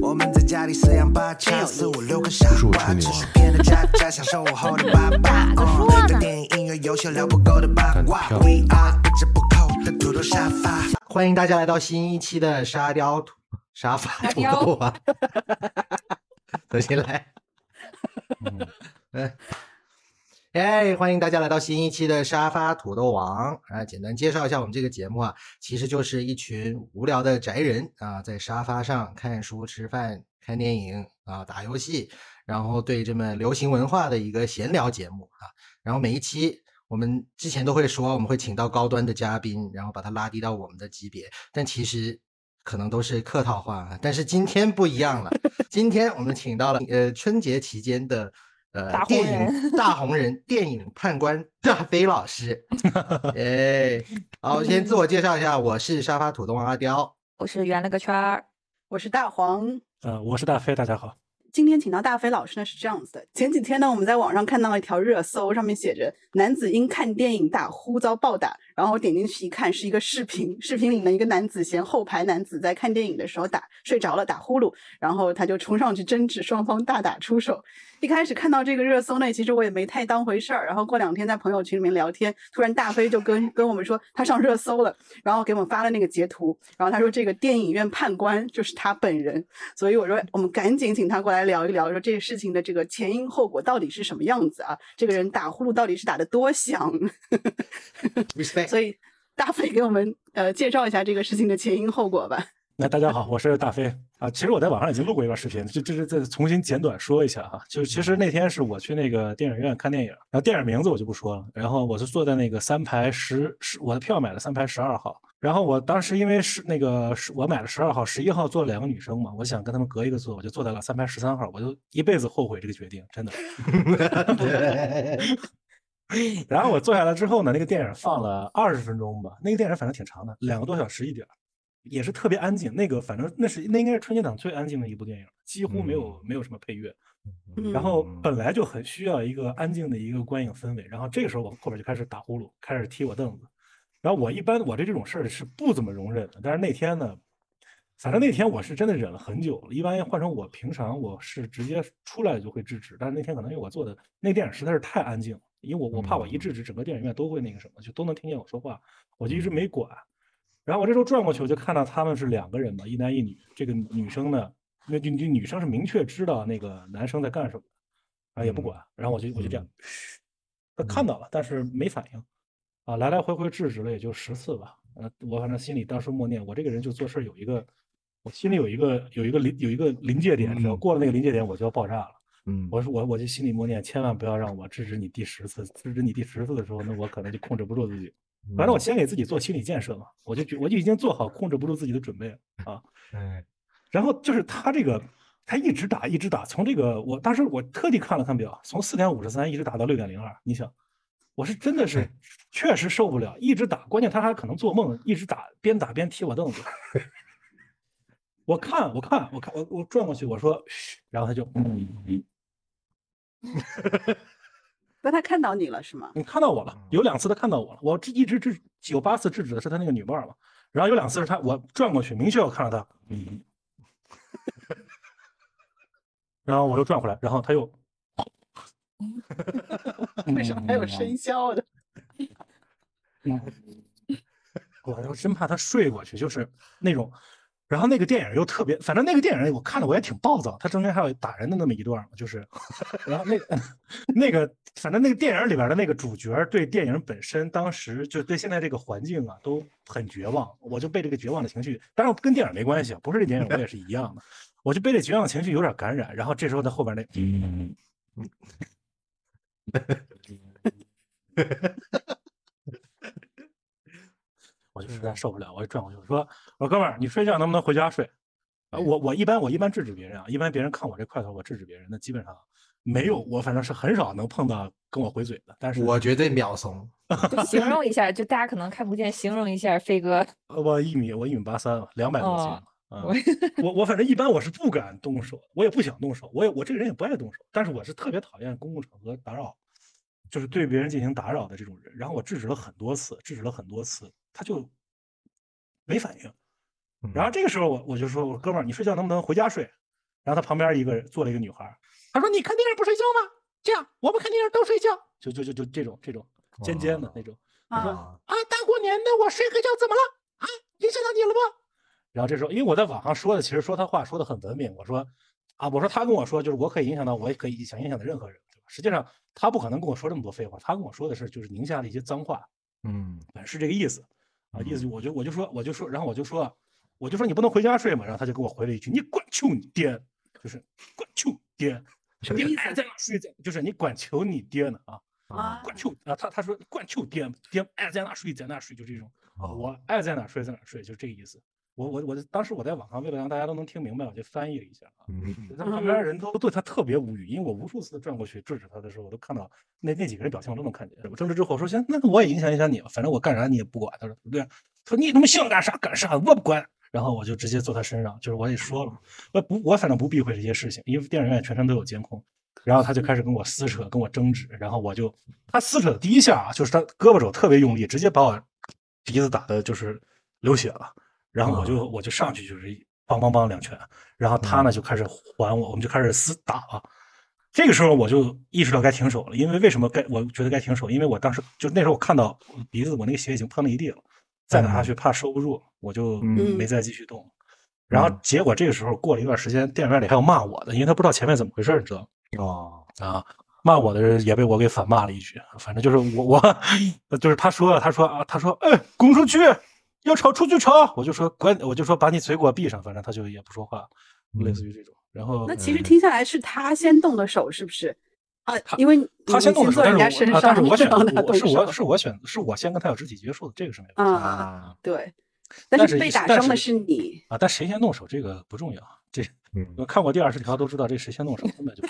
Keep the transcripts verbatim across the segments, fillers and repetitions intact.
我们在家里四仰八叉，四五六个傻瓜，只是骗了家家，享受午后的八卦。对电影、音乐、游戏聊不够的八卦。We are 不折不扣的土豆沙发。 欢迎大家来到新一期的沙雕土沙发土豆啊！重新来。嗯，哎，欢迎大家来到新一期的沙发土豆王啊！简单介绍一下我们这个节目啊，其实就是一群无聊的宅人啊，在沙发上看书、吃饭、看电影啊、打游戏，然后对这么流行文化的一个闲聊节目啊。然后每一期我们之前都会说我们会请到高端的嘉宾，然后把他拉低到我们的级别，但其实可能都是客套话。但是今天不一样了，今天我们请到了呃春节期间的呃大红电人影大红人电影判官大飞老师。哎，好，先自我介绍一下，我是沙发土豆王阿刁， 我是圆了个圈儿， 我是大黄。 呃，我是大飞，大家好。 今天请到大飞老师呢是这样子的，前几天呢我们在网上看到了一条热搜，上面写着男子因看电影打呼遭暴打，然后我点进去一看是一个视频，视频里呢一个男子嫌后排男子在看电影的时候打睡着了打呼噜，然后他就冲上去争执，双方大打出手。一开始看到这个热搜呢，其实我也没太当回事儿，然后过两天在朋友群里面聊天，突然大飞就跟跟我们说他上热搜了，然后给我们发了那个截图，然后他说这个电影院判官就是他本人，所以我说我们赶紧请他过来聊一聊，说这个事情的这个前因后果到底是什么样子啊？这个人打呼噜到底是打得多响？所以大飞给我们呃介绍一下这个事情的前因后果吧。 那大家好，我是大飞啊。其实我在网上已经录过一段视频，就这是再重新简短说一下哈。就其实那天是我去那个电影院看电影，然后电影名字我就不说了。然后我是坐在那个三排十十，我的票买了三排十二号。然后我当时因为是那个我买了十二号，十一号坐了两个女生嘛，我想跟她们隔一个座，我就坐在了三排十三号。我就一辈子后悔这个决定，真的。然后我坐下来之后呢，那个电影放了二十分钟吧，那个电影反正挺长的，两个多小时一点。也是特别安静，那个反正那是那应该是春节档最安静的一部电影，几乎没有、嗯、没有什么配乐，然后本来就很需要一个安静的一个观影氛围，然后这个时候我后边就开始打呼噜，开始踢我凳子，然后我一般我对这种事儿是不怎么容忍的，但是那天呢，反正那天我是真的忍了很久了，一般换成我平常我是直接出来就会制止，但是那天可能因为我做的那电影实在是太安静了，因为我我怕我一制止整个电影院都会那个什么，就都能听见我说话，我就一直没管。然后我这时候转过去，我就看到他们是两个人嘛，一男一女。这个女生呢，那女女生是明确知道那个男生在干什么，啊也不管。然后我就我就这样，嘘，他看到了，但是没反应，啊来来回回制止了也就十次吧。呃，我反正心里当时默念，我这个人就做事有一个，我心里有一个有一个临有一个临界点，只要过了那个临界点，我就要爆炸了。嗯，我说我我就心里默念，千万不要让我制止你第十次，制止你第十次的时候，那我可能就控制不住自己。反正我先给自己做心理建设嘛，我就我就已经做好控制不住自己的准备了啊。嗯，然后就是他这个，他一直打一直打，从这个我当时我特地看了看表，从四点五十三一直打到六点零二。你想，我是真的是确实受不了，一直打，关键他还可能做梦，一直打，边打边踢我凳子。我看我看我看我我转过去，我说嘘，然后他就嗯嗯。 那他看到你了是吗？ 你看到我了，有两次他看到我了，我一直制有八次制止的是他那个女伴嘛，然后有两次是他我转过去，明确我看到他，嗯，然后我又转回来，然后他又， 为什么还有声效的？ 嗯，我就真怕他睡过去，就是那种。然后那个电影又特别，反正那个电影我看了我也挺暴躁，他中间还有打人的那么一段，就是，然后那个那个反正那个电影里边的那个主角对电影本身当时就对现在这个环境啊都很绝望，我就被这个绝望的情绪，当然跟电影没关系，不是这电影我也是一样的，我就被这绝望的情绪有点感染，然后这时候在后边那，嗯。我就实在受不了，我就转过去，我说：“我说哥们儿，你睡觉能不能回家睡？”啊，我我一般我一般制止别人啊，一般别人看我这块头，我制止别人，那基本上没有，我反正是很少能碰到跟我回嘴的。但是我绝对秒怂。 就形容一下，就大家可能看不见，形容一下飞哥。 我一米，我一米八三，两百多斤。 哦嗯、我我反正一般我是不敢动手，我也不想动手，我也我这个人也不爱动手，但是我是特别讨厌公共场合打扰，就是对别人进行打扰的这种人。然后我制止了很多次，制止了很多次，他就没反应。然后这个时候我我就说，我哥们儿，你睡觉能不能回家睡？ 然后他旁边一个人坐了一个女孩，他说你看电影不睡觉吗？这样我们看电影都睡觉，就就就就这种这种尖尖的那种。他说啊，大过年的我睡个觉怎么了啊？影响到你了吗？然后这时候因为我在网上说的，其实说他话说的很文明，我说啊，我说他跟我说就是我可以影响到，我也可以想影响到任何人，对吧？实际上他不可能跟我说这么多废话，他跟我说的是就是宁夏的一些脏话， 嗯， 是这个意思啊，意思我就我就说我就说，然后我就说我就说你不能回家睡嘛，然后他就给我回了一句你管求你爹，就是管求爹，你爱在哪睡在，就是你管求你爹呢啊。啊，管求啊，他他说管求爹爹爱在哪睡在哪睡，就这种，哦、我爱在哪睡在哪睡，就这个意思。我我我当时我在网上为了让大家都能听明白，我就翻译了一下啊。嗯，他旁边人都对他特别无语，因为我无数次转过去制止他的时候，我都看到那那几个人表情，我都能看见。我争执之后说行，那我也影响影响你吧，反正我干啥你也不管。他说对，他说你他妈想干啥干啥，我不管。然后我就直接坐他身上，就是我也说了，我不我反正不避讳这些事情，因为电影院全程都有监控。然后他就开始跟我撕扯，跟我争执，然后我就他撕扯的第一下啊，就是他胳膊肘特别用力，直接把我鼻子打的就是流血了。然后我就我就上去就是梆梆梆两拳，然后他呢就开始还我，我们就开始厮打了。这个时候我就意识到该停手了，因为为什么该我觉得该停手？因为我当时就那时候我看到鼻子我那个血已经喷了一地了，再打下去怕收不住，我就没再继续动。然后结果这个时候过了一段时间，电影院里还有骂我的，因为他不知道前面怎么回事，你知道吗？哦啊，骂我的人也被我给反骂了一句，反正就是我我就是他说他说啊他说哎滚出去，要吵出去吵，我就说关我就说把你嘴给我闭上，反正他就也不说话，类似于这种。然后那其实听下来是他先动的手，是不是？啊，因为他先动的手，但是我、啊、但是我选我是我是我选是我先跟他有肢体接触的，这个是没有啊，对。但是被打伤的是你啊！但谁先动手这个不重要，这我看过第二十条都知道，这谁先动手根本就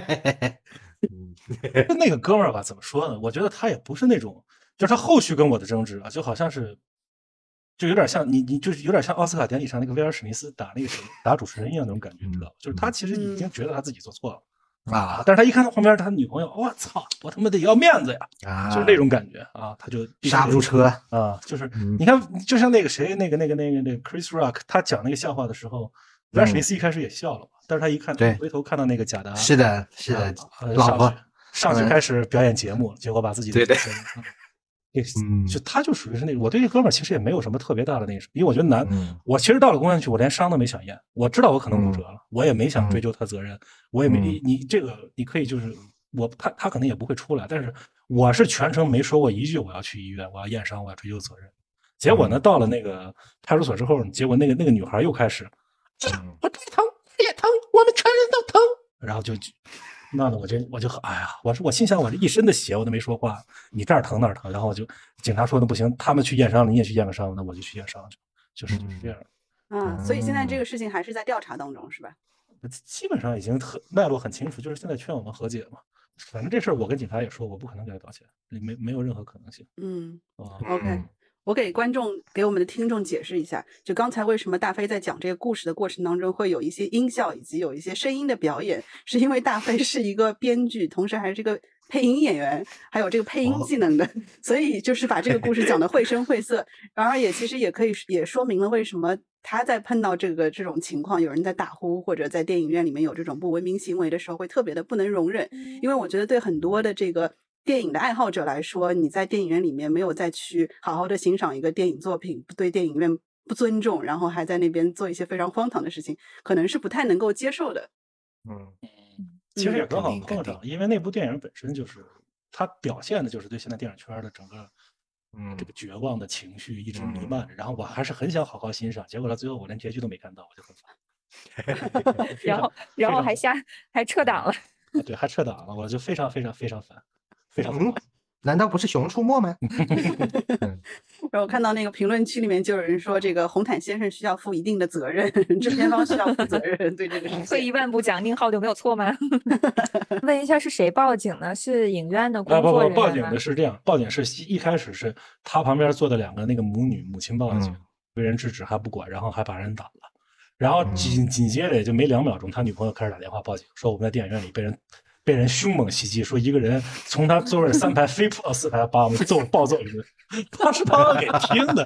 不。那个哥们儿吧，怎么说呢？我觉得他也不是那种，就是他后续跟我的争执啊，就好像是，就有点像你你就是有点像奥斯卡典礼上那个威尔史密斯打那个谁打主持人一样那种感觉，知道吧？就是他其实已经觉得他自己做错了。啊！但是他一看到旁边他女朋友，我操，我他妈得要面子呀！啊，就是那种感觉啊，他就刹不住车啊，就是、嗯、你看，就像那个谁，那个那个那个那个 Chris Rock， 他讲那个笑话的时候，威尔史密斯一开始也笑了嘛，但是他一看，回头看到那个贾达， 是的，是的， 啊、老婆上去开始表演节目，嗯、结果把自己的对对。 嗯，就他就属于是那个，我对这哥们儿其实也没有什么特别大的那个，因为我觉得难，嗯、我其实到了公安局，我连伤都没想验，我知道我可能骨折了，嗯、我也没想追究他责任，嗯、我也没你你这个你可以就是我他他可能也不会出来，但是我是全程没说过一句我要去医院，我要验伤，我要追究责任。结果呢，到了那个派出所之后，结果那个那个女孩又开始，嗯、我这疼也疼，我们全人都疼，然后就。那呢，我就我就哎呀，我说我心想，我这一身的血我都没说话，你这儿疼那儿疼，然后我就警察说的不行，他们去验伤了，你也去验个伤，那我就去验伤去，就是这样。 嗯，所以现在这个事情还是在调查当中，是吧？ 基本上已经很脉络很清楚，就是现在劝我们和解嘛。反正这事儿我跟警察也说，我不可能给他道歉，没没有任何可能性。 嗯、哦、，OK。我给观众、给我们的听众解释一下，就刚才为什么大飞在讲这个故事的过程当中会有一些音效以及有一些声音的表演，是因为大飞是一个编剧，同时还是个配音演员，还有这个配音技能的，所以就是把这个故事讲得绘声绘色。然而也其实也可以也说明了为什么他在碰到这个这种情况，有人在打呼或者在电影院里面有这种不文明行为的时候，会特别的不能容忍。因为我觉得对很多的这个电影的爱好者来说，你在电影院里面没有再去好好的欣赏一个电影作品，对电影院不尊重，然后还在那边做一些非常荒唐的事情，可能是不太能够接受的。 嗯，其实也刚好碰上，因为那部电影本身就是它表现的就是对现在电影圈的整个嗯这个绝望的情绪一直弥漫着，然后我还是很想好好欣赏，结果到最后我连结局都没看到，我就很烦。然后然后还下还撤档了。 啊，对，还撤档了，我就非常非常非常烦。非常嗯，难道不是熊出没吗？ 然后看到那个评论区里面就有人说，这个红毯先生需要负一定的责任，制片方需要负责任，对这个事情。 退一万步讲，宁浩就没有错吗？问一下是谁报警呢？是影院的工作人员吗？ 啊、不不，报警的是这样，报警是一开始是他旁边坐的两个那个母女，母亲报的警，被人制止还不管，然后还把人打了，然后紧紧接着也就没两秒钟，他女朋友开始打电话报警，说我们在电影院里被人。被人凶猛袭击，说一个人从他座位三排飞扑到四排，把我们揍暴揍一顿，他是他给听的，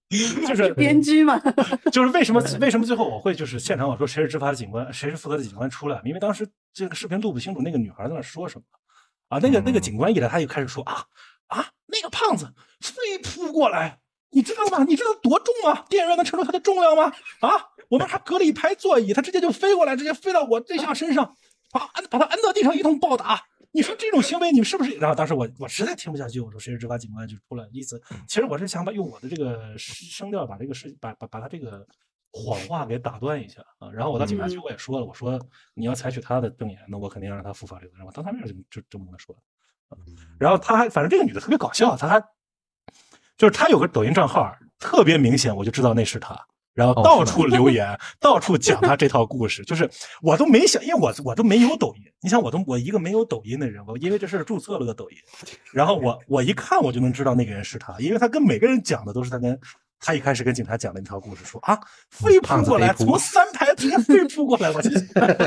就是编剧嘛， 就是为什么为什么最后我会就是现场我说谁是执法的警官，谁是负责的警官出来，因为当时这个视频录不清楚那个女孩在那说什么啊，那个那个警官一来他就开始说啊啊那个胖子飞扑过来，你知道吗？你知道多重吗？电影院能承受它的重量吗？啊，我们还隔了一排座椅，他直接就飞过来，直接飞到我对象身上，把按把他摁到地上一通暴打。你说这种行为，你们是不是？然后当时我我实在听不下去，我说谁是执法警官就出来，意思其实我是想把用我的这个声调把这个事把把把他这个谎话给打断一下啊。然后我到警察局我也说了，我说你要采取他的证言，那我肯定要让他负法律责任。我当他面就就这么跟他说的。然后他还反正这个女的特别搞笑，她还就是她有个抖音账号，特别明显，我就知道那是她。然后到处留言，哦、到处讲他这套故事，就是我都没想，因为我我都没有抖音。你想，我都我一个没有抖音的人，我因为这事注册了个抖音，然后我我一看我就能知道那个人是他，因为他跟每个人讲的都是他跟他一开始跟警察讲的那套故事，说啊飞扑过来，从三排直接飞扑过来，我就。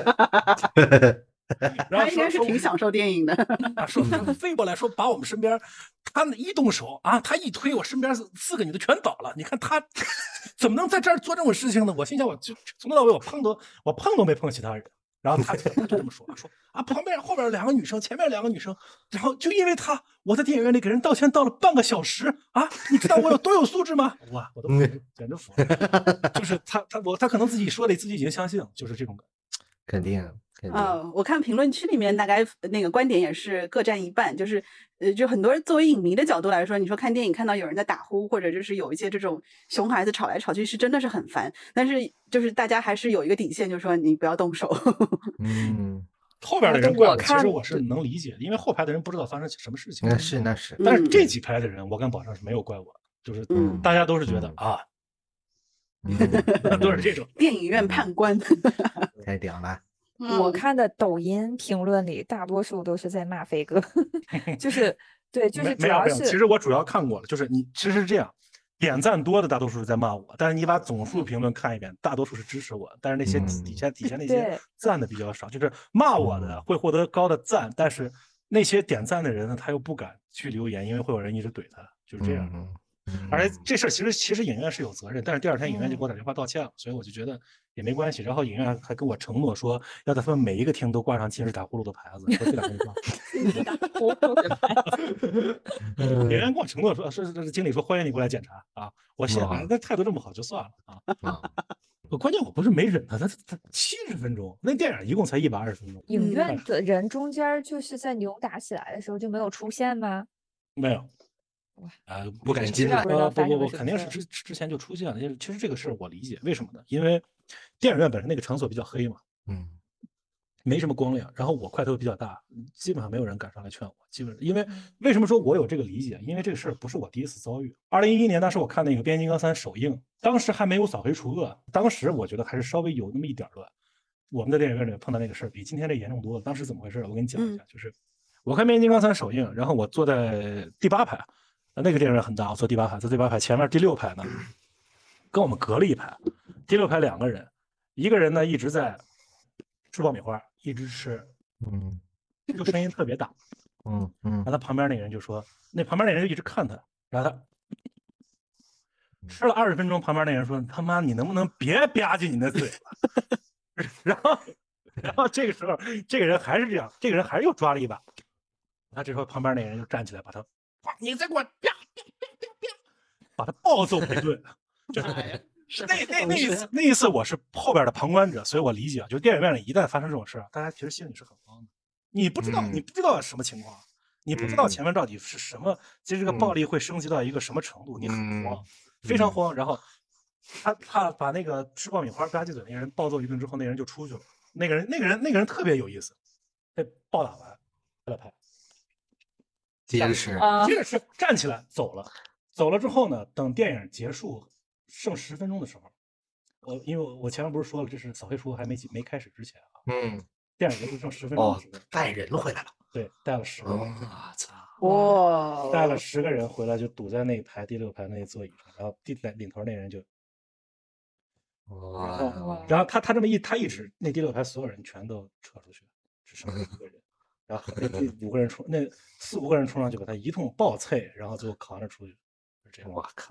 然后他应该是挺享受电影的。 啊，说他飞过来，说把我们身边，他一动手啊，他一推，我身边四个女的全倒了。你看他怎么能在这儿做这种事情呢？我心想，我就从头到尾我碰都我碰都没碰其他人。然后他就这么说，说啊，旁边后边两个女生，前面两个女生，然后就因为他，我在电影院里给人道歉道了半个小时啊！你知道我有多有素质吗？哇，我都简直服了。就是他他我他可能自己说的自己已经相信了，就是这种感觉。 肯定。 啊、呃，我看评论区里面大概那个观点也是各占一半，就是呃，就很多人作为影迷的角度来说，你说看电影看到有人在打呼，或者就是有一些这种熊孩子吵来吵去，是真的是很烦。但是就是大家还是有一个底线，就是说你不要动手。 嗯， 后边的人怪我，其实我是能理解的，因为后排的人不知道发生什么事情。 那是那是， 但是这几排的人，我敢保证是没有怪我，就是大家都是觉得、嗯、啊，嗯、都是这种电影院判官， 太屌了。 我看的抖音评论里，大多数都是在骂飞哥，就是对，就是主要是。 其实我主要看过了，就是你其实是这样，点赞多的大多数是在骂我，但是你把总数评论看一遍，大多数是支持我，但是那些底下、嗯、底下那些赞的比较少，就是骂我的会获得高的赞，但是那些点赞的人呢，他又不敢去留言，因为会有人一直怼他，就是这样。嗯而且这事其实其实影院是有责任，但是第二天影院就给我打电话道歉了，所以我就觉得也没关系。然后影院还跟我承诺说，要在他们每一个厅都挂上禁止打呼噜的牌子。说这两句话。 禁止打呼噜的牌子。 影院跟我承诺说，说是经理说欢迎你过来检查啊。我心想，那态度这么好就算了啊。我关键我不是没忍他，他他七十分钟，那电影一共才一百二十分钟。 影院的人中间就是在扭打起来的时候就没有出现吗？ 没有。呃，不敢进，呃，不不不，肯定是之之前就出现了。其实这个事我理解，为什么呢？因为电影院本身那个场所比较黑嘛，嗯，没什么光亮。然后我块头比较大，基本上没有人敢上来劝我。基本因为为什么说我有这个理解？因为这个事儿不是我第一次遭遇。二零一一年当时我看那个《变形金刚三》首映，当时还没有扫黑除恶，当时我觉得还是稍微有那么一点乱。我们在电影院里碰到那个事儿比今天这严重多了。当时怎么回事？我给你讲一下，就是我看《变形金刚三》首映，然后我坐在第八排。那个电影院很大，我坐第八排，在第八排前面第六排呢，跟我们隔了一排。第六排两个人，一个人呢一直在吃爆米花，一直吃，嗯，就声音特别大，嗯嗯。然后他旁边那个人就说，那旁边那人就一直看他，然后他吃了二十分钟，旁边那人说：“他妈，你能不能别吧唧你的嘴了？”然后，然后这个时候，这个人还是这样，这个人还是又抓了一把。他这时候旁边那人就站起来，把他。你再给我啪啪啪啪啪，把他暴揍一顿，就是那那那一次那一次我是后边的旁观者，所以我理解，就是电影院里一旦发生这种事，大家其实心里是很慌的。你不知道，你不知道什么情况，你不知道前面到底是什么，其实这个暴力会升级到一个什么程度，你很慌，非常慌。然后他他把那个吃爆米花吧唧嘴那个人暴揍一顿之后，那人就出去了。那个人那个人那个人特别有意思，被暴打完拍了拍。 接着吃， 接着吃，站起来走了。走了之后呢，等电影结束剩十分钟的时候，我因为我前面不是说了，这是扫黑除恶还没没开始之前啊，嗯，电影结束剩十分钟的时候， 带人回来了， 对，带了十个人， 我操， 哇， 带了十个人回来就堵在那排第六排那座椅上，然后第领头那人就，然后然后他他这么一他一指，那第六排所有人全都撤出去，只剩一个人。然后那五个人冲，那四五个人冲上去把他一通暴啐，然后最后扛着出去，是这样。 我靠！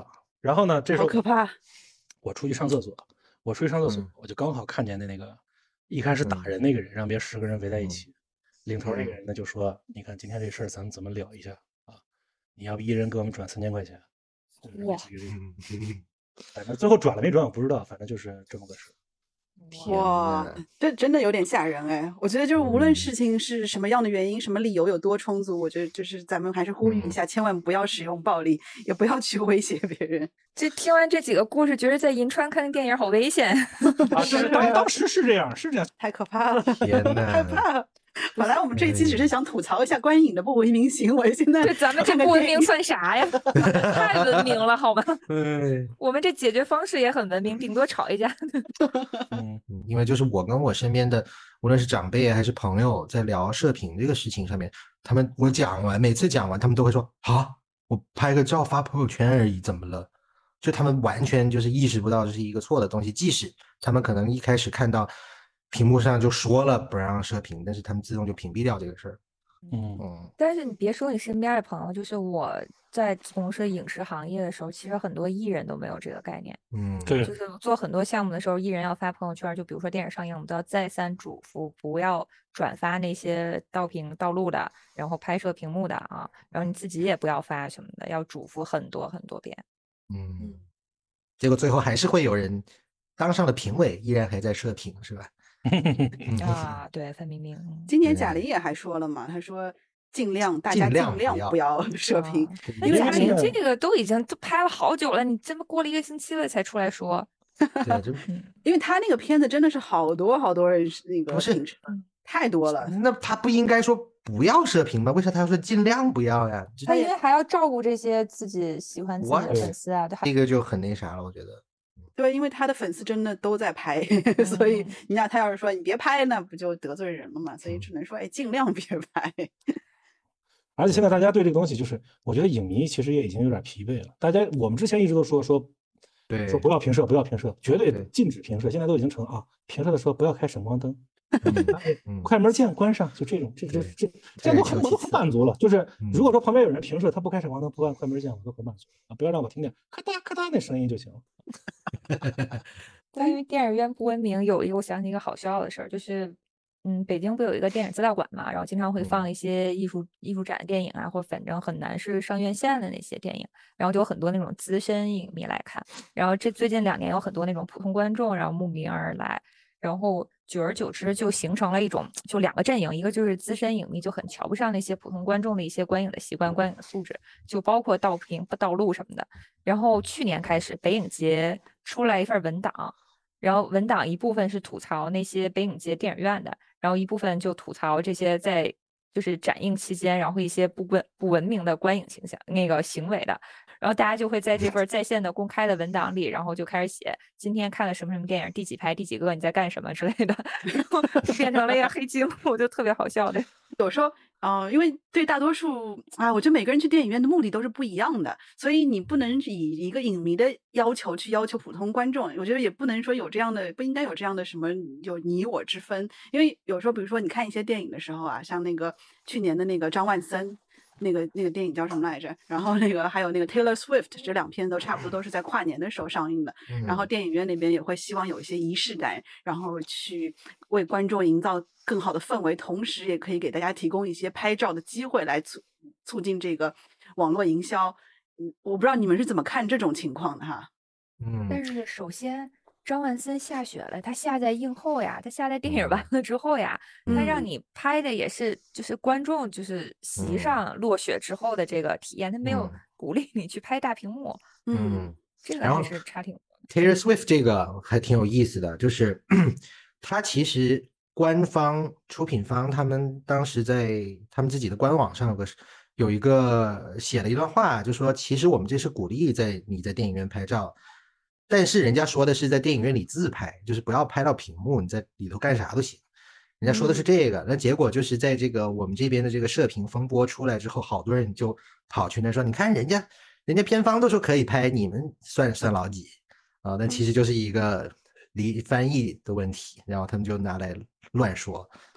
然后呢，这时候好可怕。 我出去上厕所，我出去上厕所， 嗯我就刚好看见的那个一开始打人那个人，让别十个人围在一起，领头那个人呢就说：“你看今天这事儿咱们怎么了一下啊？你要不一人给我们转三千块钱？” 哇， 反正最后转了没转我不知道，反正就是这么个事。 天哇呐， 这真的有点吓人哎！我觉得就是无论嗯事情是什么样的原因，什么理由有多充足，我觉得就是咱们还是呼吁一下，千万不要使用暴力，也不要去威胁别人。 这听完这几个故事，觉得在银川看电影好危险。 啊，是当当时是这样，是这样。 太可怕了， 天呐害怕了。本来我们这一期只是想吐槽一下观影的不文明行为，现在对，咱们这不文明算啥呀？太文明了，好吗？ 对， 我们这解决方式也很文明，顶多吵一架。 嗯， 嗯因为就是我跟我身边的无论是长辈还是朋友在聊射频这个事情上面，他们我讲完每次讲完，他们都会说啊，我拍个照发朋友圈而已，怎么了？就他们完全就是意识不到这是一个错的东西，即使他们可能一开始看到屏幕上就说了不让射频，但是他们自动就屏蔽掉这个事儿。 嗯嗯但是你别说你身边的朋友，就是我在从事影视行业的时候，其实很多艺人都没有这个概念。 嗯， 对就是做很多项目的时候，艺人要发朋友圈，就比如说电影上映，我们都要再三嘱咐不要转发那些盗屏盗录的，然后拍摄屏幕的啊，然后你自己也不要发什么的，要嘱咐很多很多遍。 嗯，结果最后还是会有人当上了评委，依然还在射频，是吧？ 啊，对，范冰冰，嗯今年贾玲也还说了嘛，她说尽量大家尽量尽量不要不要射频， 啊那因为贾玲因为那个这个都已经都拍了好久了，你这么过了一个星期了才出来说， 对，这因为他那个片子真的是好多好多人是那个不是评审太多了。 那他不应该说不要射频吗？为啥他要说尽量不要呀？这他因为还要照顾这些自己喜欢自己的 What？ 粉丝啊，对，还这个就很那啥了，我觉得。 对，因为他的粉丝真的都在拍，所以你想他要是说你别拍，那不就得罪人了嘛？所以只能说，哎，尽量别拍。 而且现在大家对这个东西，就是我觉得影迷其实也已经有点疲惫了。大家我们之前一直都说说对说不要评射，不要评射，绝对对禁止评射。现在都已经成啊，评射的时候不要开闪光灯， 嗯快门键关上，就这种，这这对这这样都很我都很满足了。就是嗯如果说旁边有人评射，他不开闪光灯，不按快门键，我都很满足啊。不要让我听见咔嗒咔嗒那声音就行了。 但因为电影院不文明，有一个我想起一个好笑的事儿，就是，嗯，北京不有一个电影资料馆嘛，然后经常会放一些艺术艺术展的电影啊，或者反正很难是上院线的那些电影，然后就有很多那种资深影迷来看，然后这最近两年有很多那种普通观众，然后慕名而来，然后久而久之就形成了一种就两个阵营，一个就是资深影迷就很瞧不上那些普通观众的一些观影的习惯、观影的素质，就包括盗屏、盗录什么的。然后去年开始，北影节出来一份文档。然后文档一部分是吐槽那些北影节电影院的，然后一部分就吐槽这些在就是展映期间，然后一些不文不文明的观影形象那个行为的，然后大家就会在这份在线的公开的文档里，然后就开始写今天看了什么什么电影，第几排第几个，你在干什么之类的，然后就变成了一个黑记录，就特别好笑的。 有时候，嗯、呃，因为对大多数啊，我觉得每个人去电影院的目的都是不一样的，所以你不能以一个影迷的要求去要求普通观众。我觉得也不能说有这样的，不应该有这样的什么有你我之分。因为有时候，比如说你看一些电影的时候啊，像那个去年的那个张万森。那个那个电影叫什么来着？然后那个还有那个 Taylor Swift， 这两片都差不多都是在跨年的时候上映的。 嗯、 然后电影院那边也会希望有一些仪式感，然后去为观众营造更好的氛围，同时也可以给大家提供一些拍照的机会，来促促进这个网络营销。嗯，我不知道你们是怎么看这种情况的哈？ 嗯， 但是首先。张万森下雪了，他下在映后呀，他下在电影完了之后呀， 嗯、 他让你拍的也是就是观众就是席上落雪之后的这个体验，他没有鼓励你去拍大屏幕， 嗯， 这个还是差挺多。 Taylor Swift 这个还挺有意思的，就是他其实官方出品方他们当时在他们自己的官网上有个有一个写了一段话，就说其实我们这是鼓励在你在电影院拍照。但是人家说的是在电影院里自拍，就是不要拍到屏幕，你在里头干啥都行。人家说的是这个，那结果就是在这个我们这边的这个射频风波出来之后，好多人就跑去那说，你看人家人家片方都说可以拍，你们算算老几啊？但其实就是一个离翻译的问题，然后他们就拿来乱说。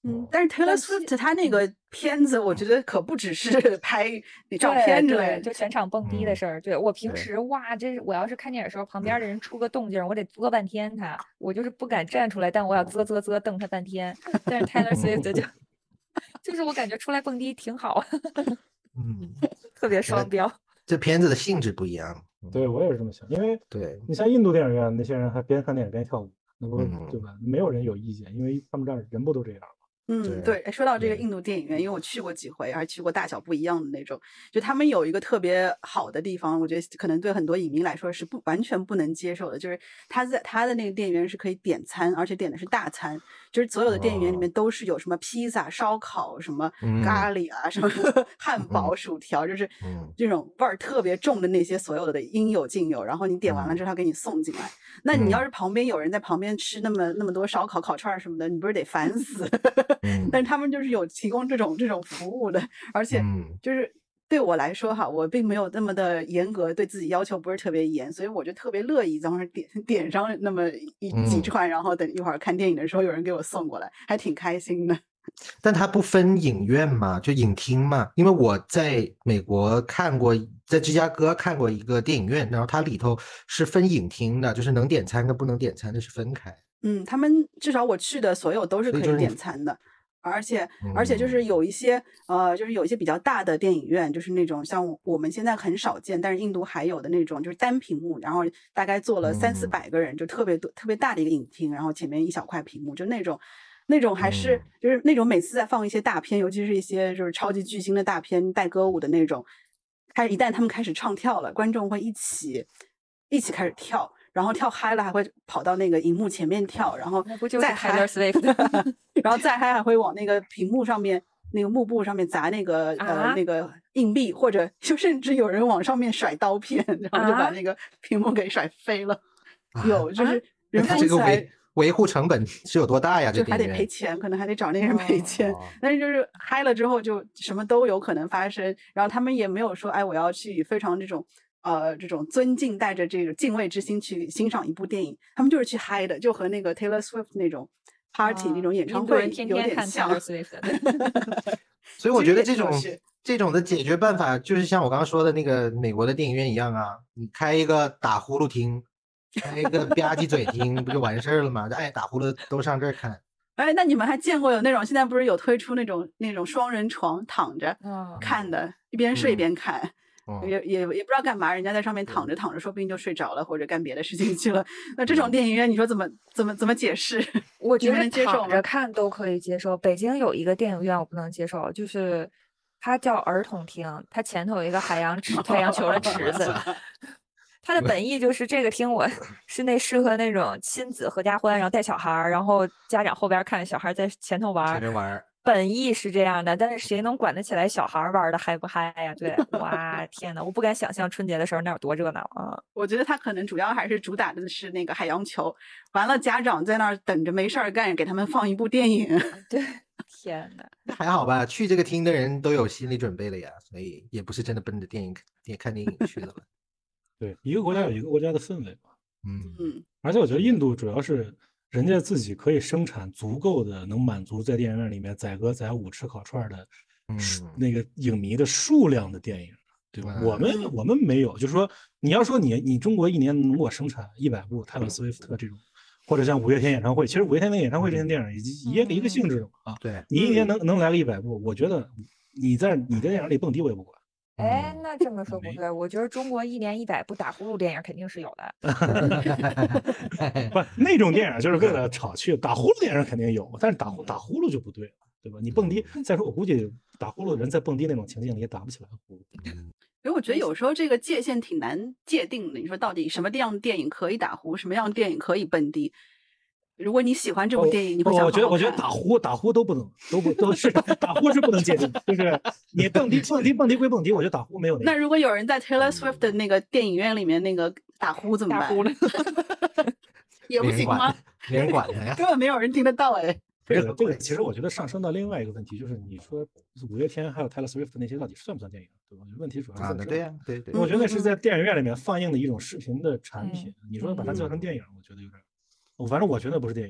嗯，但是 Taylor Swift 他那个片子，我觉得可不只是拍照片之类的， 就全场蹦迪的事儿。对我平对时哇，这我要是看电影的时候，旁边的人出个动静，我得嘬半天他，我就是不敢站出来，但我要嘬嘬嘬瞪他半天。但是 Taylor Swift 就就是我感觉出来蹦迪挺好， 嗯， 特别双标。 这片子的性质不一样。 对我也是这么想，因为对， 你像印度电影院那些人还边看电影边跳舞，那不嗯对吧？没有人有意见，因为他们这儿人不都这样吗？ 嗯，对，说到这个印度电影院，因为我去过几回，还去过大小不一样的那种，就他们有一个特别好的地方，我觉得可能对很多影迷来说是不完全不能接受的，就是他在他的那个电影院是可以点餐，而且点的是大餐，就是所有的电影院里面都是有什么披萨、烧烤、什么咖喱啊、嗯、什么汉堡、薯条，就是这种味儿特别重的那些所有的应有尽有，然后你点完了之后他给你送进来。那你要是旁边有人在旁边吃那么那么多烧烤、烤串什么的，你不是得烦死？但是他们就是有提供这种这种服务的，而且就是对我来说哈，我并没有那么的严格，对自己要求不是特别严，所以我就特别乐意当时点点上那么一几串，然后等一会儿看电影的时候有人给我送过来，还挺开心的。 但它不分影院嘛，就影厅嘛。因为我在美国看过，在芝加哥看过一个电影院，然后它里头是分影厅的，就是能点餐跟不能点餐的是分开。 嗯，他们至少我去的所有都是可以点餐的。而且而且就是有一些呃，就是有一些比较大的电影院，就是那种像我们现在很少见，但是印度还有的那种，就是单屏幕，然后大概坐了三四百个人，就特别多特别大的一个影厅，然后前面一小块屏幕，就那种那种还是就是那种每次在放一些大片，尤其是一些就是超级巨星的大片带歌舞的那种，开一旦他们开始唱跳了，观众会一起一起开始跳。然后跳嗨了还会跑到那个荧幕前面跳，然后再嗨，然后再嗨还会往那个屏幕上面那个幕布上面砸那个、啊、呃那个硬币，或者就甚至有人往上面甩刀片，然后就把那个屏幕给甩飞了。啊、有就是人看起来。这个维护成本是有多大呀？ 就还得赔钱，可能还得找那个人赔钱。哦、但是就是嗨了之后，就什么都有可能发生。然后他们也没有说，哎，我要去非常这种。呃，这种尊敬带着这个敬畏之心去欣赏一部电影，他们就是去嗨的，就和那个 Taylor Swift 那种 party、哦、那种演唱会有点像。 所以我觉得这种这种的解决办法，就是像我刚刚说的那个美国的电影院一样啊，你开一个打呼噜厅，开一个吧唧嘴厅，不就完事儿了吗？爱打呼噜都上这儿看。 哎，那你们还见过有那种现在不是有推出那种那种双人床躺着看的，嗯、一边睡一边看。嗯也也也不知道干嘛，人家在上面躺着躺着，说不定就睡着了，或者干别的事情去了。那这种电影院，你说怎么怎么怎么解释？ 我觉得躺着看都可以接受。北京有一个电影院我不能接受，就是它叫儿童厅，它前头有一个海洋池、太阳球的池子。它的本意就是这个厅我是那适合那种亲子合家欢，然后带小孩，然后家长后边看，小孩在前头玩。 前面玩。 本意是这样的，但是谁能管得起来小孩玩的嗨不嗨呀？对，哇，天哪，我不敢想象春节的时候那有多热闹啊！ 我觉得他可能主要还是主打的是那个海洋球，完了家长在那儿等着没事儿干，给他们放一部电影。 对，天哪， 那还好吧，去这个厅的人都有心理准备了呀，所以也不是真的奔着电影电看电影去的了。 对，一个国家有一个国家的氛围嘛。 嗯嗯， 而且我觉得印度主要是。人家自己可以生产足够的能满足在电影院里面载歌载舞吃烤串的，嗯，那个影迷的数量的电影，对吧？嗯、我们我们没有，就是说你要说你你中国一年如果生产一百部泰勒·斯威夫特这种，或者像五月天演唱会，其实五月天那个演唱会这些电影也也一个性质啊。 对， 你一年能能来个一百部，我觉得你在你的电影里蹦迪我也不管。 哎，那这么说不对，我觉得中国一年一百部打呼噜电影肯定是有的。 不，那种电影就是为了炒去打呼噜电影肯定有，但是打呼打呼噜就不对了，对吧？你蹦迪，再说我估计打呼噜的人在蹦迪那种情境里也打不起来呼噜。 所以我觉得有时候这个界限挺难界定的。你说到底什么样的电影可以打呼，什么样的电影可以蹦迪？如果你喜欢这部电影， 哦、 你会想好好看。 我觉得，我觉得打呼打呼都不能，都不都是打呼是不能界定，就是你蹦迪蹦迪蹦迪归蹦迪，我觉得打呼没有那个。 那如果有人在 Taylor Swift 的那个电影院里面那个打呼怎么办？ 打呼了也不行吗？ 没人管他呀， 根本没有人听得到哎。 这个这个，其实我觉得上升到另外一个问题，就是你说五月天还有 Taylor Swift 那些到底算不算电影，对吧？问题主要是啊，对呀，对对。 我觉得那是在电影院里面放映的一种视频的产品，你说把它叫成电影，我觉得有点。我反正我觉得不是电影。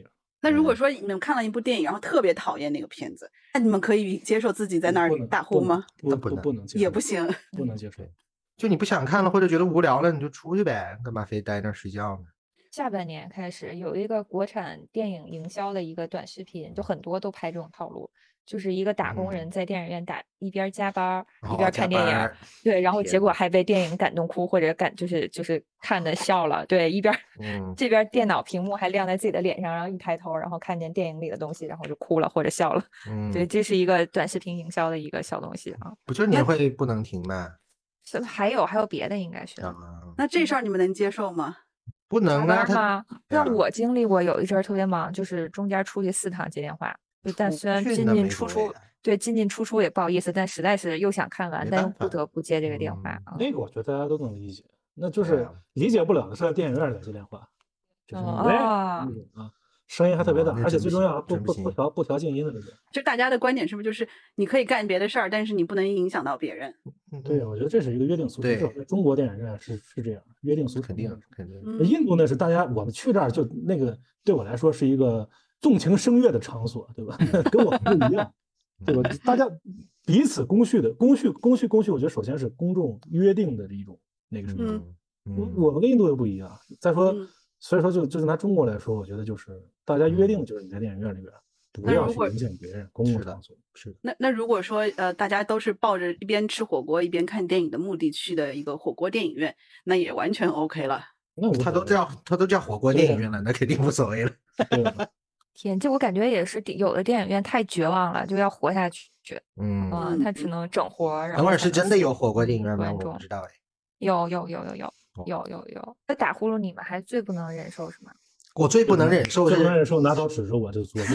那如果说你们看了一部电影，然后特别讨厌那个片子，那你们可以接受自己在那儿打呼吗？ 不不不能接受， 也不行， 不能接受。 就你不想看了或者觉得无聊了，你就出去呗，干嘛非待那儿睡觉呢？ 下半年开始有一个国产电影营销的一个短视频，就很多都拍这种套路，就是一个打工人在电影院打，一边加班、 嗯、 一边看电影， 哦、 对，然后结果还被电影感动哭，或者感就是就是看的笑了，对，一边、嗯、这边电脑屏幕还亮在自己的脸上，然后一抬头，然后看见电影里的东西，然后就哭了或者笑了，嗯，对，这是一个短视频营销的一个小东西啊。 不就是年会不能停吗？ 还有还有别的应该是， 嗯、 那这事儿你们能接受吗？ 不能啊， 吗？让我经历过有一阵特别忙，就是中间出去四趟接电话，但虽然进进出出，对进进出出也不好意思，但实在是又想看完，但又不得不接这个电话。 嗯、那个我觉得大家都能理解，那就是理解不了的是在电影院里接电话，就是喂啊。声音还特别大，而且最重要不不不调不调静音的那种。 就大家的观点是不是就是你可以干别的事儿，但是你不能影响到别人？ 对，我觉得这是一个约定俗成。在中国电影院是是这样，约定俗成。 肯定肯定。 嗯、 印度那是大家我们去这儿就那个对我来说是一个纵情声乐的场所，对吧？跟我们不一样，对吧？大家彼此公序的公序公序公序，我觉得首先是公众约定的一种那个什么。 嗯我我们跟印度又不一样。再说。嗯所以说就，就就拿中国来说，我觉得就是大家约定，就是你在电影院里边不要去影响别人，公共场所。是的。 那那如果说呃，大家都是抱着一边吃火锅一边看电影的目的去的一个火锅电影院，那也完全 OK 了。 那他都叫他都叫火锅电影院了，那肯定无所谓了。 天，这我感觉也是有的电影院太绝望了，就要活下去。嗯嗯，他只能整活。 等会儿是真的有火锅电影院吗？我不知道哎。 有有有有有。有有有，那打呼噜你们还最不能忍受什么？ 我最不能忍受是最不能忍受拿刀指着我就做。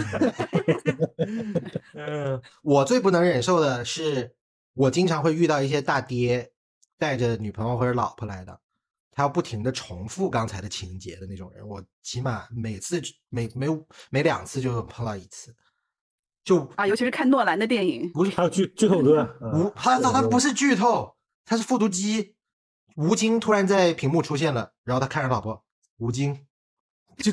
嗯，我最不能忍受的是，我经常会遇到一些大爹带着女朋友或者老婆来的，他要不停的重复刚才的情节的那种人，我起码每次每每每两次就碰到一次。就啊，尤其是看诺兰的电影， 不是还有剧剧透哥， 无他他他不是剧透，他是复读机。吴京突然在屏幕出现了，然后他看着老婆，吴京就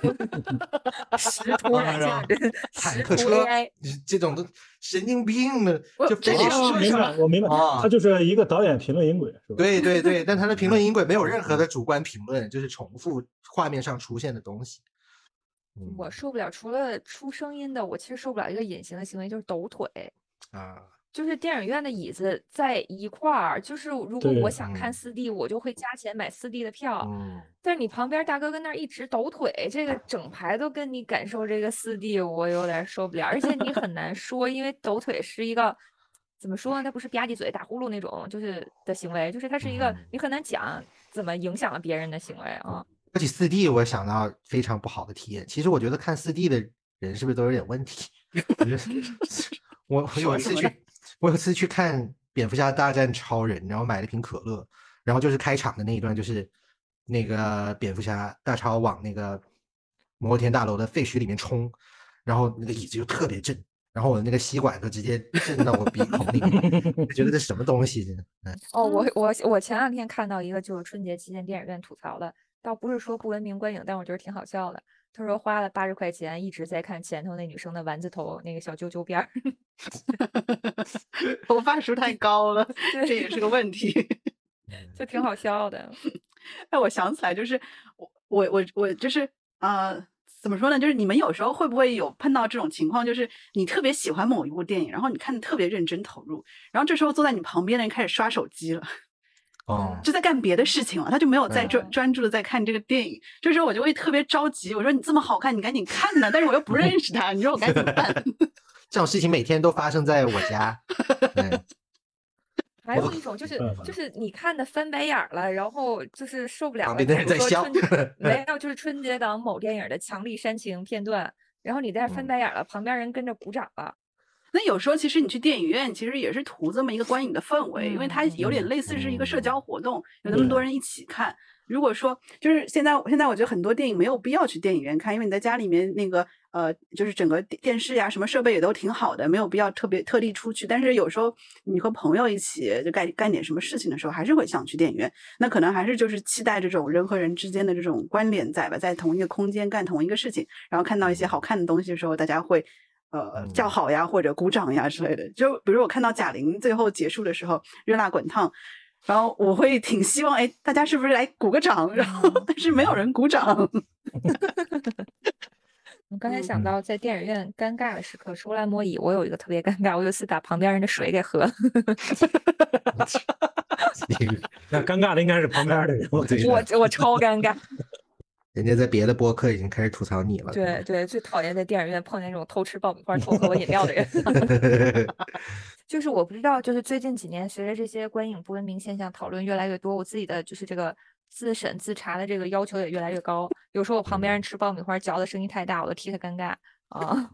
突然下坦克车这种都神经病的，就非得说明白，我明白，他就是一个导演评论音轨，是吧？ 对对对，但他的评论音轨没有任何的主观评论，就是重复画面上出现的东西。 嗯、我受不了，除了出声音的，我其实受不了一个隐形的行为，就是抖腿啊。 就是电影院的椅子在一块儿，就是如果我想看四 D，、嗯、我就会加钱买四 D 的票。嗯，但是你旁边大哥跟那儿一直抖腿，这个整排都跟你感受这个四 D， 我有点受不了。而且你很难说，因为抖腿是一个怎么说呢？它不是吧唧嘴、打呼噜那种，就是的行为，就是它是一个、嗯、你很难讲怎么影响了别人的行为啊。 说起四 D， 我想到非常不好的体验。其实我觉得看四 D 的人是不是都有点问题？我我有一次去。我有一次去看蝙蝠侠大战超人，然后买了瓶可乐，然后就是开场的那一段，就是那个蝙蝠侠大超往那个摩天大楼的废墟里面冲，然后那个椅子就特别震，然后我的那个吸管就直接震到我鼻孔里面，觉得这什么东西？ 嗯、哦，我我我前两天看到一个就是春节期间电影院吐槽的，倒不是说不文明观影，但我觉得挺好笑的。他说花了八十块钱一直在看前头那女生的丸子头那个小揪揪边儿， 头发数太高了，这也是个问题， 就挺好笑的。 哎，我想起来，就是我我我我就是呃，怎么说呢？就是你们有时候会不会有碰到这种情况，就是你特别喜欢某一部电影，然后你看的特别认真投入，然后这时候坐在你旁边的人开始刷手机了。 哦， 就在干别的事情了，他就没有在专专注的在看这个电影。这时候我就会特别着急，我说你这么好看，你赶紧看呢。但是我又不认识他，你说我该怎么办？ 这种事情每天都发生在我家。 还有一种就是就是你看的翻白眼了，然后就是受不了了。 旁边的人在笑。 没有，就是春节档某电影的强力煽情片段，然后你在翻白眼了，嗯、旁边人跟着鼓掌了。 那有时候其实你去电影院其实也是图这么一个观影的氛围，因为它有点类似是一个社交活动，有那么多人一起看。 如果说就是现在，现在我觉得很多电影没有必要去电影院看，因为你在家里面那个呃，就是整个电视呀、什么设备也都挺好的，没有必要特别特地出去。但是有时候你和朋友一起就干干点什么事情的时候，还是会想去电影院。那可能还是就是期待这种人和人之间的这种关联在吧，在同一个空间干同一个事情，然后看到一些好看的东西的时候，大家会呃叫好呀或者鼓掌呀之类的。就比如我看到贾玲最后结束的时候热辣滚烫。然后我会挺希望，哎，大家是不是来鼓个掌？然后但是没有人鼓掌。 我刚才想到在电影院尴尬的时刻，说来莫以，我有一个特别尴尬，我有一次把旁边人的水给喝了。 那尴尬的应该是旁边的人，我我我超尴尬。 人家在别的播客已经开始吐槽你了。 对对，最讨厌在电影院碰见那种偷吃爆米花、偷喝我饮料的人。就是我不知道，就是最近几年随着这些观影不文明现象讨论越来越多，我自己的就是这个自审自查的这个要求也越来越高。有时候我旁边人吃爆米花嚼的声音太大，我都替他尴尬啊。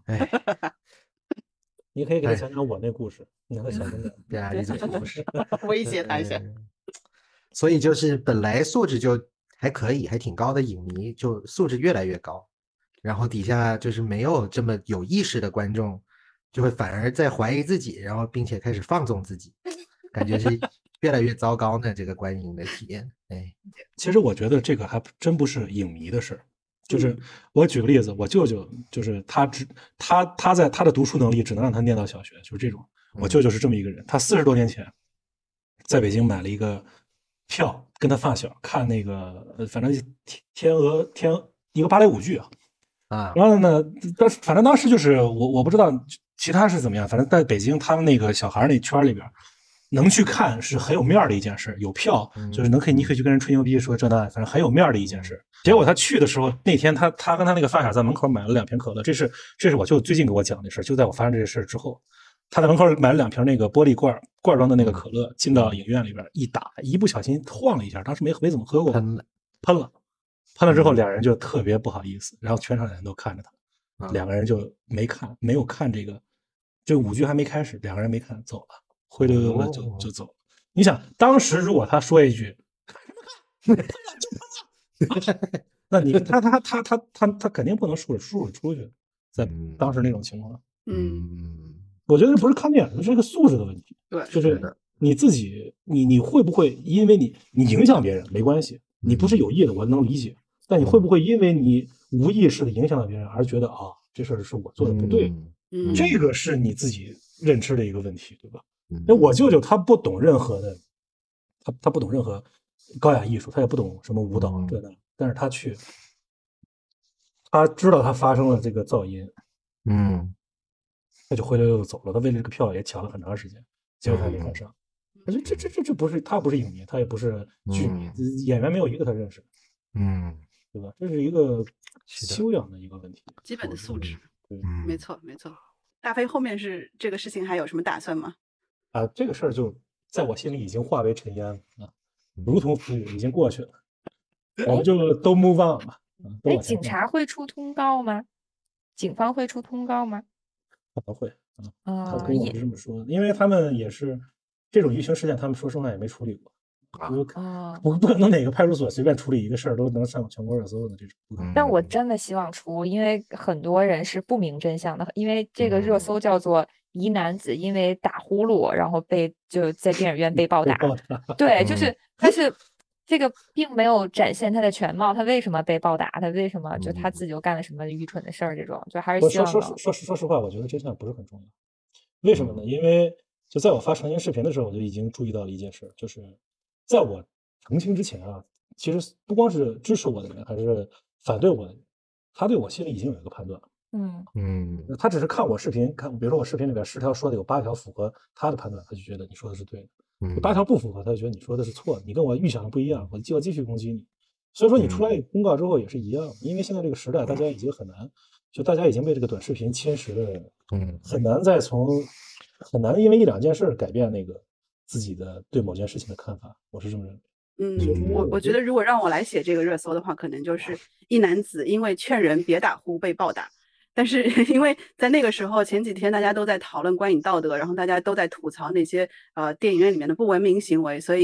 你可以给他讲讲我那故事，你让他小声点。 对啊，你怎么故事？ 威胁他一下。 所以就是本来素质就还可以，还挺高的影迷，就素质越来越高，然后底下就是没有这么有意识的观众，就会反而在怀疑自己，然后并且开始放纵自己，感觉是越来越糟糕呢。这个观影的体验，哎， 其实我觉得这个还真不是影迷的事儿，就是我举个例子，我舅舅就是他只他他在他的读书能力只能让他念到小学，就是这种。我舅舅是这么一个人，他四十多年前在北京买了一个票，跟他发小看那个，呃，反正天鹅天一个芭蕾舞剧啊， 啊， 然后呢，但反正当时就是我我不知道其他是怎么样，反正在北京他们那个小孩那圈里边，能去看是很有面的一件事，有票就是能可以你可以去跟人吹牛逼说这那，反正很有面的一件事。结果他去的时候，那天他他跟他那个发小在门口买了两瓶可乐，这是这是我舅最近给我讲的事，就在我发生这个事之后。他在门口买了两瓶那个玻璃罐罐装的那个可乐，进到影院里边一打，一不小心晃了一下，当时没没怎么喝过， 喷了， 喷了，喷了之后，俩人就特别不好意思，然后全场人都看着他，两个人就没看，没有看这个，这舞剧还没开始，两个人没看，走了，灰溜溜的就就走了。你想，当时如果他说一句，喷了就喷了，那你他他他他他他肯定不能竖着竖着出去，在当时那种情况， 嗯。 我觉得不是看电影，这是个素质的问题。 对， 就是你自己，你你会不会因为你你影响别人没关系，你不是有意的，我能理解。但你会不会因为你无意识的影响到别人，而觉得啊，这事儿是我做的不对？ 嗯， 这个是你自己认知的一个问题，对吧？那我舅舅他不懂任何的，他他不懂任何高雅艺术，他也不懂什么舞蹈这那，但是他去，他知道他发生了这个噪音， 嗯。 他就灰溜溜走了，他为了这个票也抢了很长时间，结果他没看上。可是这这这这不是他不是影迷，他也不是剧迷，嗯、演员没有一个他认识， 嗯， 对吧？这是一个修养的一个问题， 基本的素质。 对， 嗯，没错没错。大飞后面是这个事情还有什么打算吗？ 啊，这个事儿就在我心里已经化为尘烟了啊，如同浮雨，已经过去了，我们就都 move on 吧。 哎，警察会出通告吗？警方会出通告吗？ 可能会啊， 他跟我是这么说的，因为他们也是这种舆情事件，他们说实话也没处理过。啊，我不可能哪个派出所随便处理一个事儿都能上全国热搜的这种。 但我真的希望出，因为很多人是不明真相的，因为这个热搜叫做“疑男子因为打呼噜，然后被就在电影院被暴打”。对，就是但是这个并没有展现他的全貌，他为什么被暴打，他为什么就他自己又干了什么愚蠢的事儿，这种就还是希望说说说说实话，我觉得真相不是很重要。为什么呢？因为就在我发澄清视频的时候，我就已经注意到了一件事，就是在我澄清之前啊，其实不光是支持我的人，还是反对我的人，他对我心里已经有一个判断了。 嗯嗯， 他只是看我视频，看比如说我视频里边十条说的有八条符合他的判断，他就觉得你说的是对的。有八条不符合，他就觉得你说的是错的，你跟我预想的不一样，我就要继续攻击你。所以说你出来公告之后也是一样，因为现在这个时代，大家已经很难，就大家已经被这个短视频侵蚀的，嗯，很难再从很难因为一两件事改变那个自己的对某件事情的看法，我是这么认为。 嗯，我我觉得如果让我来写这个热搜的话，可能就是一男子因为劝人别打呼被暴打。但是因为在那个时候，前几天大家都在讨论观影道德，然后大家都在吐槽那些呃电影院里面的不文明行为，所以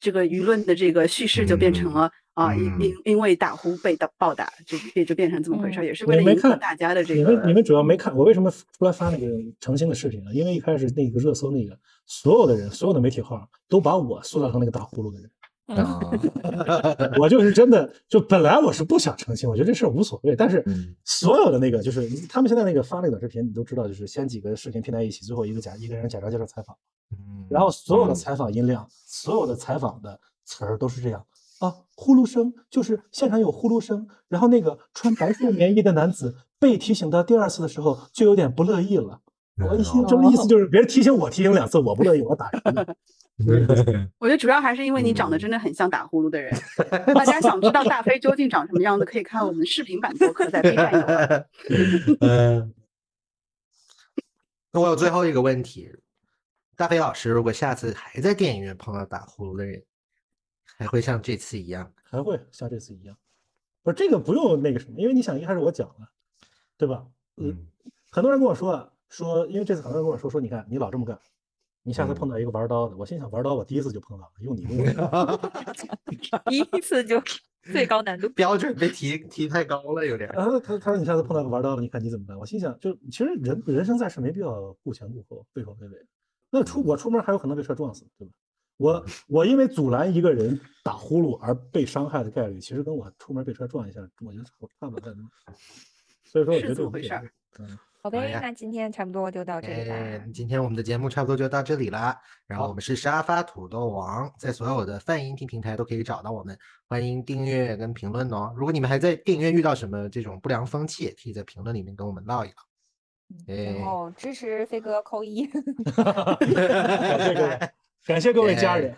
这个舆论的这个叙事就变成了啊、因因因为打呼被打暴打，这也就变成这么回事，也是为了迎合大家的这个。 你们你们主要没看我为什么出来发那个澄清的视频呢？因为一开始那个热搜那个所有的人所有的媒体号都把我塑造成那个打呼噜的人。 啊， 我就是真的，就本来我是不想澄清，我觉得这事儿无所谓。但是所有的那个，就是他们现在那个发那个短视频，你都知道，就是先几个视频拼在一起，最后一个假一个人假装接受采访，然后所有的采访音量，所有的采访的词儿都是这样啊，呼噜声就是现场有呼噜声，然后那个穿白色棉衣的男子被提醒到第二次的时候，就有点不乐意了。我一心这么意思就是别人提醒我提醒两次，我不乐意，我打人。 我觉得主要还是因为你长得真的很像打呼噜的人。大家想知道大飞究竟长什么样子，可以看我们视频版播客，在 B 站有啊。 嗯，那我有最后一个问题，大飞老师，如果下次还在电影院碰到打呼噜的人，还会像这次一样？ 还会像这次一样？不是这个不用那个什么，因为你想一开始我讲了，对吧？嗯，很多人跟我说说，因为这次很多人跟我说说，你看你老这么干。你下次碰到一个玩刀的，我心想玩刀我第一次就碰到了，用你的第一次就最高难度， 标准被提提太高了，有点。 啊，他他说你下次碰到个玩刀的，你看你怎么办？我心想，就其实人人生在世没必要顾前顾后，畏首畏尾。那出我出门还有可能被车撞死，对吧？我我因为阻拦一个人打呼噜而被伤害的概率，其实跟我出门被车撞一下，我觉得差不了太多。所以说我觉得是怎么回事？ 嗯。 好呗，那今天差不多就到这里吧。 哎，今天我们的节目差不多就到这里啦。然后我们是沙发土豆王，在所有的泛音听平台都可以找到我们，欢迎订阅跟评论哦。如果你们还在电影院遇到什么这种不良风气，也可以在评论里面跟我们唠一唠。 然后支持飞哥扣一。 感谢各位，感谢各位家人。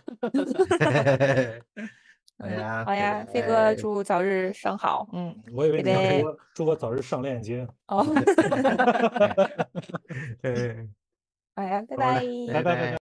好呀， 好呀，飞哥祝早日生好。嗯， 我以为你要说祝我早日上链接。 哦。 嗯， 好呀，拜拜， 拜拜。